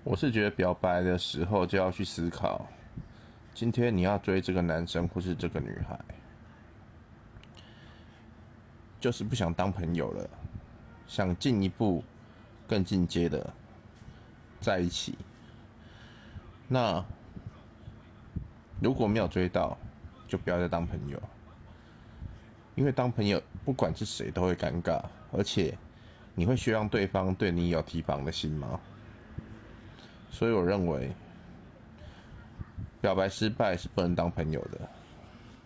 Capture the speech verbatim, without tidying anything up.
我是觉得表白的时候就要去思考，今天你要追这个男生或是这个女孩，就是不想当朋友了，想进一步更进阶的在一起。那如果没有追到，就不要再当朋友，因为当朋友不管是谁都会尴尬，而且你会希望对方对你有提防的心吗？所以我认为，表白失败是不能当朋友的。